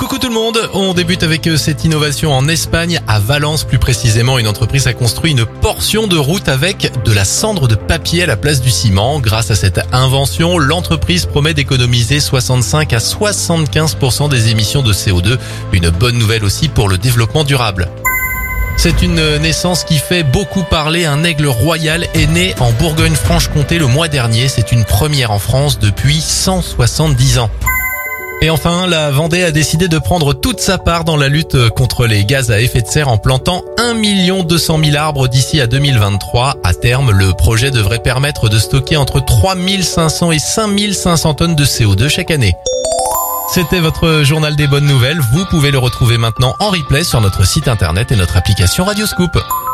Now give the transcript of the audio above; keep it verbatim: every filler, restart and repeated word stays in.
Coucou tout le monde, on débute avec cette innovation en Espagne, à Valence plus précisément. Une entreprise a construit une portion de route avec de la cendre de papier à la place du ciment. Grâce à cette invention, l'entreprise promet d'économiser soixante-cinq à soixante-quinze pour cent des émissions de C O deux. Une bonne nouvelle aussi pour le développement durable. C'est une naissance qui fait beaucoup parler. Un aigle royal est né en Bourgogne-Franche-Comté le mois dernier. C'est une première en France depuis cent soixante-dix ans. Et enfin, la Vendée a décidé de prendre toute sa part dans la lutte contre les gaz à effet de serre en plantant un million deux cent mille arbres d'ici à deux mille vingt-trois. À terme, le projet devrait permettre de stocker entre trois mille cinq cents et cinq mille cinq cents tonnes de C O deux chaque année. C'était votre journal des bonnes nouvelles. Vous pouvez le retrouver maintenant en replay sur notre site internet et notre application Radioscoop.